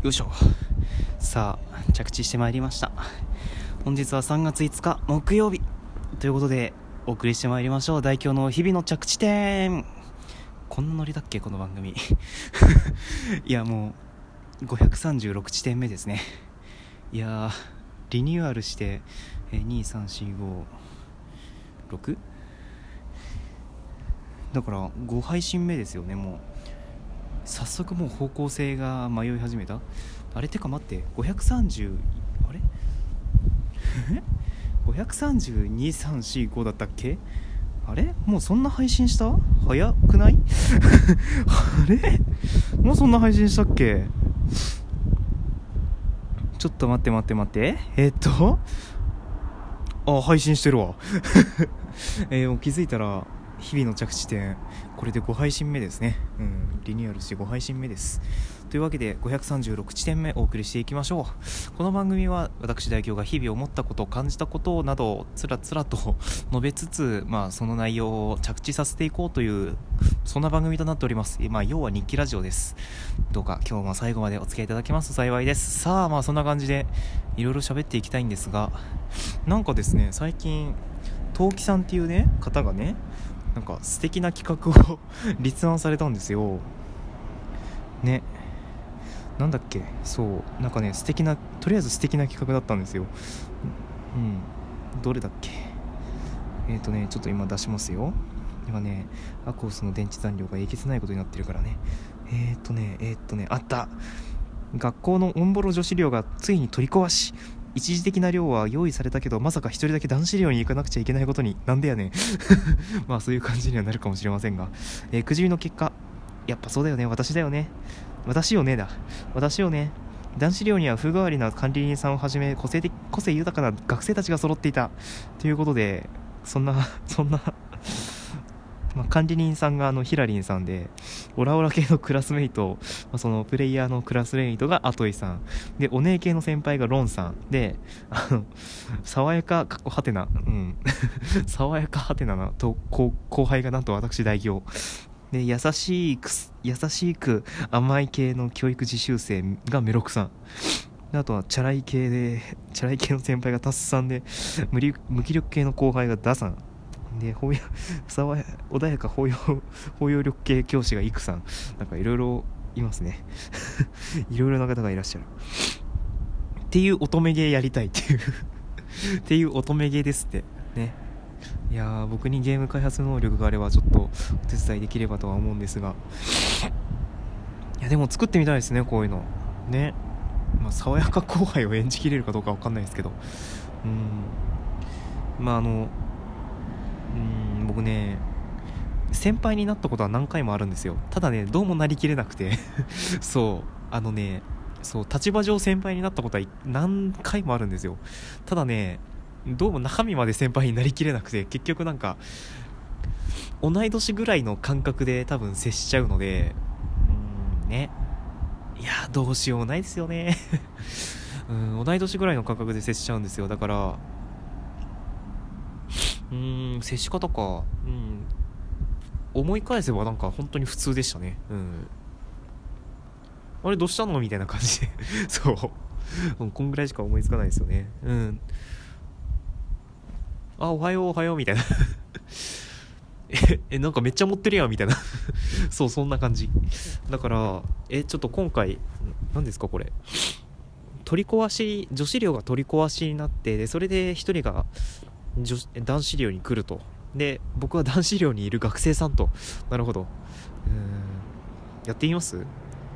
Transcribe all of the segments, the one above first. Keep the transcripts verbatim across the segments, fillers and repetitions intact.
よいしょ。さあ着地してまいりました。本日はさんがついつか木曜日ということでお送りしてまいりましょう。大京の日々の着地点。こんなノリだっけこの番組いやもうごひゃくさんじゅうろくちてんめですね。いやーリニューアルしてにさんしごろくだからご配信目ですよね。もう早速もう方向性が迷い始めた。あれてか待ってごひゃくさんじゅうあれごひゃくさんじゅうに、さん、し、ごだったっけ。あれもうそんな配信した早くないあれもうそんな配信したっけ。ちょっと待って待って待ってえー、っとあ配信してるわえー、もう気づいたら日々の着地点これでご配信目ですね。うんリニューアルしてご配信目です。というわけでごひゃくさんじゅうろくちてんめお送りしていきましょう。この番組は私代表が日々思ったこと感じたことなどつらつらと述べつつ、まあその内容を着地させていこうというそんな番組となっております。まあ要は日記ラジオです。どうか今日も最後までお付き合いいただけますと幸いです。さあまあそんな感じでいろいろ喋っていきたいんですが、なんかですね最近陶器さんっていうね方がねなんか素敵な企画を立案されたんですよね。なんだっけそうなんかね素敵なとりあえず素敵な企画だったんですよ。うんどれだっけえっ、ー、とねちょっと今出しますよ。今ねアコースの電池残量がえげつないことになってるからね。えっ、ー、とねえっ、ー、とねあった学校のオンボロ女子寮がついに取り壊し一時的な量は用意されたけどまさか一人だけ男子寮に行かなくちゃいけないことになんでやねんまあそういう感じにはなるかもしれませんが、えー、くじびの結果やっぱそうだよね私だよね私よねだ私よね男子寮には風変わりな管理人さんをはじめ個性的個性豊かな学生たちが揃っていたということでそんなそんなまあ、管理人さんがあのヒラリンさんでオラオラ系のクラスメイト、まあ、そのプレイヤーのクラスメイトがアトイさんでお姉系の先輩がロンさんであの爽やかかっこはてなうん爽やかはてななと後輩がなんと私代表で優しく優しく甘い系の教育実習生がメロクさんであとはチャラい系でチャラい系の先輩がタッスさんで無理無気力系の後輩がダさんで包容爽や穏やか包容包容力系教師がイクさんなんかいろいろいますねいろいろな方がいらっしゃるっていう乙女ゲーやりたいっていうっていう乙女ゲーですってね。いやー僕にゲーム開発能力があればちょっとお手伝いできればとは思うんですが、いやでも作ってみたいですねこういうのね。まあ爽やか後輩を演じきれるかどうかわかんないですけど、うんまああのうん僕ね先輩になったことは何回もあるんですよ。ただねどうもなりきれなくてそうあのねそう立場上先輩になったことは何回もあるんですよ。ただねどうも中身まで先輩になりきれなくて結局なんか同い年ぐらいの感覚で多分接しちゃうのでうーんねいやどうしようもないですよねうん同い年ぐらいの感覚で接しちゃうんですよ。だからうーん接し方かうん思い返せばなんか本当に普通でしたね。うんあれどうしたのみたいな感じでそうこんぐらいしか思いつかないですよね。うんあおはようおはようみたいなええなんかめっちゃ持ってるやんみたいなそうそんな感じだからえちょっと今回何ですかこれ取り壊し女子寮が取り壊しになってでそれで一人が女男子寮に来るとで僕は男子寮にいる学生さんとなるほどうーんやってみます、ま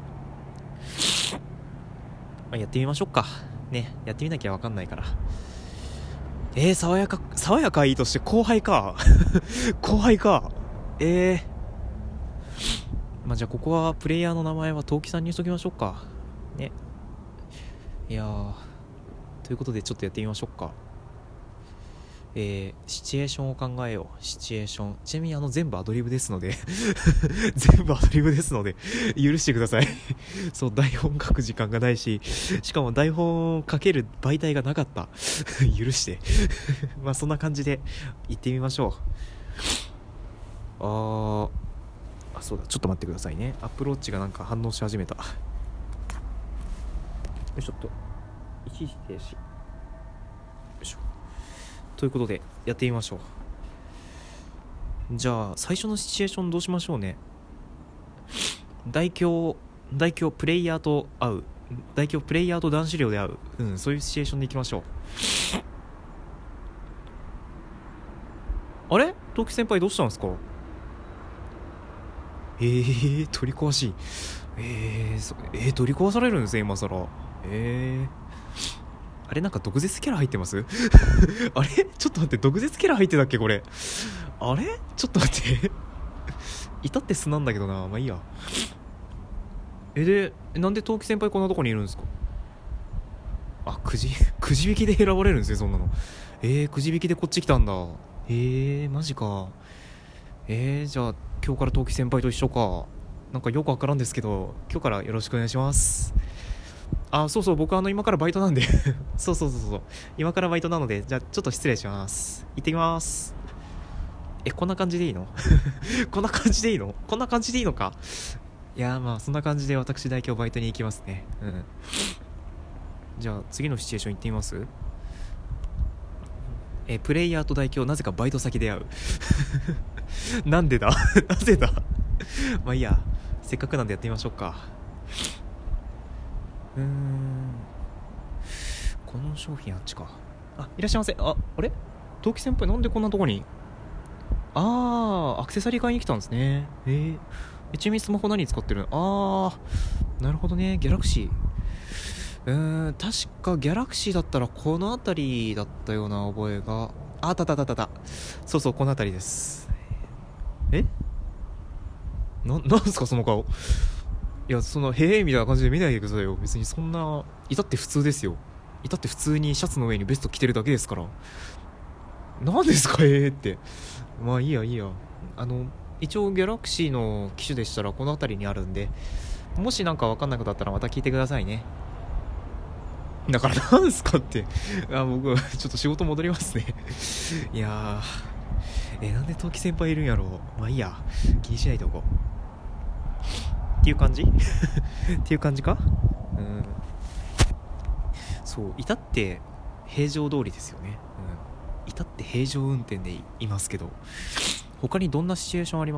あ、やってみましょうかね。やってみなきゃ分かんないからえー、爽やか爽やかいいとして後輩か後輩かえーまあじゃあここはプレイヤーの名前は陶器さんにしときましょうかね。いやーということでちょっとやってみましょうか。えー、シチュエーションを考えよう。シチュエーションちなみにあの全部アドリブですので全部アドリブですので許してくださいそう台本書く時間がないししかも台本書ける媒体がなかった許してまあそんな感じで行ってみましょう。あーあそうだちょっと待ってくださいね。アップローチがなんか反応し始めた。 いしょっと一時停止。よいしょ。ということでやってみましょう。じゃあ最初のシチュエーションどうしましょうね。大凶大凶プレイヤーと会う大凶プレイヤーと男子寮で会う、うん、そういうシチュエーションでいきましょう。あれ東木先輩どうしたんですか。えー、取り壊しえー、そえー、取り壊されるんですね今更。えー、あれなんか毒舌キャラ入ってますあれちょっと待って、毒舌キャラ入ってたっけこれ。あれちょっと待って至って素なんだけどな。まあいいや。えでなんで東木先輩こんなとこにいるんですか。あ、くじくじ引きで選ばれるんですねそんなの。えー、くじ引きでこっち来たんだ。えー、マジか。えー、じゃあ今日から東木先輩と一緒か。なんかよくわからんですけど今日からよろしくお願いします。あ、そうそう、僕あの今からバイトなんでそうそうそうそう、今からバイトなので、じゃあちょっと失礼します。行ってきます。え、こんな感じでいいのこんな感じでいいのこんな感じでいいのか。いやー、まあそんな感じで私代表バイトに行きますね。うん。じゃあ次のシチュエーション行ってみます。え、プレイヤーと代表なぜかバイト先で会うなんでだなぜだまあいいや、せっかくなんでやってみましょうか。うーん、この商品あっちか。あ、いらっしゃいませ。あ、あれ東木先輩なんでこんなとこに。あー、アクセサリー買いに来たんですね。えー、えちなみにスマホ何使ってるの。あー、なるほどね。ギャラクシー。うーん、確かギャラクシーだったらこの辺りだったような覚えが。あったあったあったあった。そうそう、この辺りです。えな、なんすかその顔。いや、そのへえみたいな感じで見ないでくださいよ。別にそんな、至って普通ですよ。至って普通にシャツの上にベスト着てるだけですから。なんですかへえって。まあいいやいいや。あの一応ギャラクシーの機種でしたらこの辺りにあるんで、もしなんか分かんなくなったらまた聞いてくださいね。だからなんすかって。あ、僕はちょっと仕事戻りますねいやー、えなんで冬季先輩いるんやろう。まあいいや、気にしないでおこうっていう感じっていう感じか。うん、そう、至って平常通りですよね。うん、至って平常運転でいますけど、他にどんなシチュエーションあります？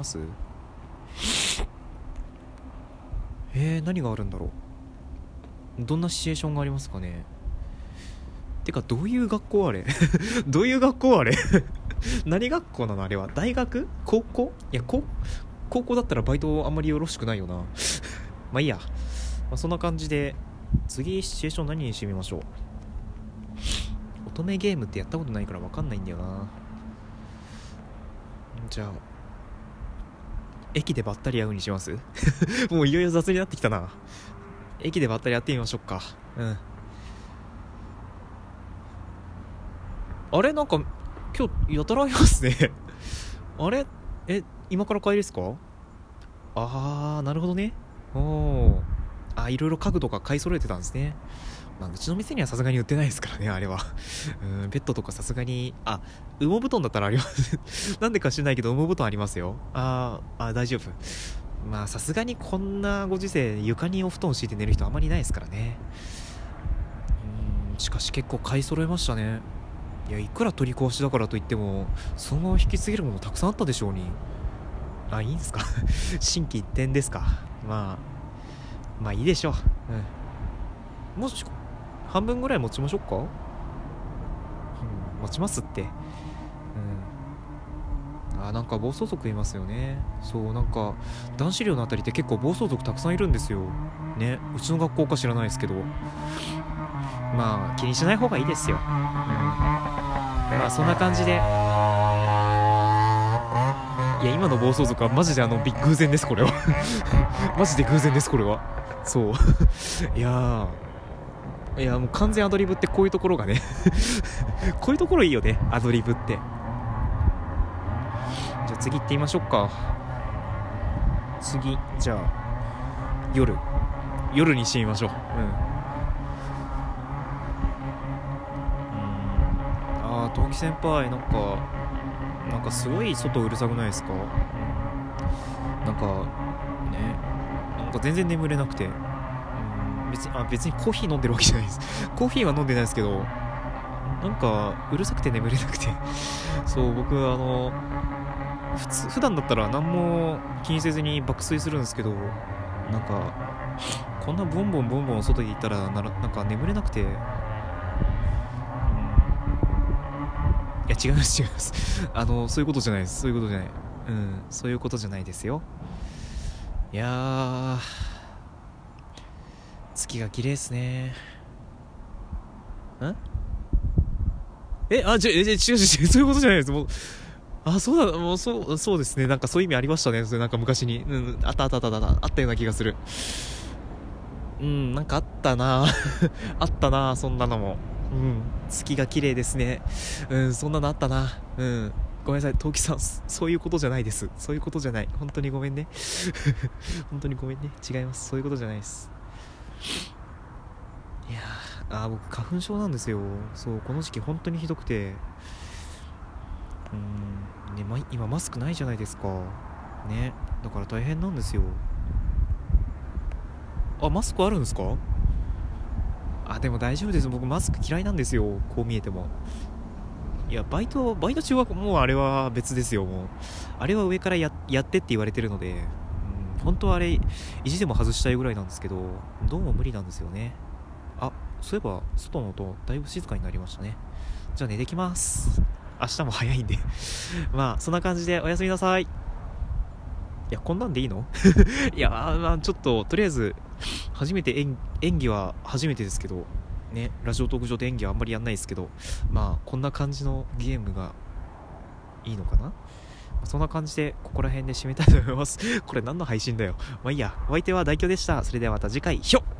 えー、何があるんだろう。どんなシチュエーションがありますかね。てかどういう学校あれどういう学校あれ何学校なのあれは。大学？高校？いや、高高校だったらバイトあんまりよろしくないよなまあいいや、まあ、そんな感じで次シチュエーション何にしてみましょう。乙女ゲームってやったことないから分かんないんだよな。じゃあ駅でばったり会うにしますもういよいよ雑になってきたな。駅でばったり会ってみましょうか。うん。あれなんか今日やたら会いますねあれ、え今から帰りですか。あー、なるほどね。おー、あ、いろいろ家具とか買い揃えてたんですね。まあ、うちの店にはさすがに売ってないですからねあれはうん、ベッドとかさすがに、あ、羽毛布団だったらありますなんでか知らないけど羽毛布団ありますよ。あーあ、大丈夫。まあさすがにこんなご時世床にお布団敷いて寝る人あんまりいないですからね。うーん、しかし結構買い揃えましたね。いや、いくら取り壊しだからといってもそのまま引き継げるものたくさんあったでしょうに。あ、いいんすか心機一転ですか。まあまあいいでしょう。うん、もし半分ぐらい持ちましょうか。うん、持ちますって。うん、あ、なんか暴走族いますよね。そう、なんか男子寮のあたりって結構暴走族たくさんいるんですよね。うちの学校か知らないですけど、まあ気にしない方がいいですよ。うん、まあそんな感じで、いや今の暴走族はマジであの偶然ですこれはマジで偶然ですこれは。そういやー、いやもう完全アドリブってこういうところがねこういうところいいよね、アドリブって。じゃあ次行ってみましょうか。次じゃあ夜夜にしてみましょう。うん、うん、あー、冬季先輩なんかなんかすごい外うるさくないですか。うん、なんかね、なんか全然眠れなくて、うん、 別にあ別にコーヒー飲んでるわけじゃないですコーヒーは飲んでないですけど、なんかうるさくて眠れなくてそう僕あの普通普段だったら何も気にせずに爆睡するんですけど、なんかこんなボンボンボンボン外に行ったらならなんか眠れなくて、うん、いや違います違いますあのそういうことじゃないですそういうことじゃないうんそういうことじゃないですよ。いやー月が綺麗ですね。んえあじゃえ違う違う違うそういうことじゃないです。もうあそうだもうそうそうですね、なんかそういう意味ありましたね。それなんか昔に、うん、あったあったあったあったあったような気がする。うんなんかあったなあったなそんなのも。うん月が綺麗ですね。うんそんなのあったな。うんごめんなさいトウキさん、そういうことじゃないです。そういうことじゃない、本当にごめんね本当にごめんね、違います、そういうことじゃないです。いやーあー僕花粉症なんですよ。そうこの時期本当にひどくて、うんね、ま、今マスクないじゃないですかね、だから大変なんですよ。あマスクあるんですか。あでも大丈夫です、僕マスク嫌いなんですよ、こう見えても。いやバイトバイト中はもうあれは別ですよ。もうあれは上から や, やってって言われてるので、うん、本当はあれ意地でも外したいぐらいなんですけど、どうも無理なんですよね。あそういえば外の音だいぶ静かになりましたね。じゃあ寝てきます。明日も早いんでまあそんな感じでおやすみなさい。いやこんなんでいいのいやまあちょっととりあえず初めて 演, 演技は初めてですけどね、ラジオトーク上で演技はあんまりやんないですけど、まあこんな感じのゲームがいいのかな。そんな感じでここら辺で締めたいと思いますこれ何の配信だよ。まあいいや、お相手は大京でした。それではまた次回ひょっ。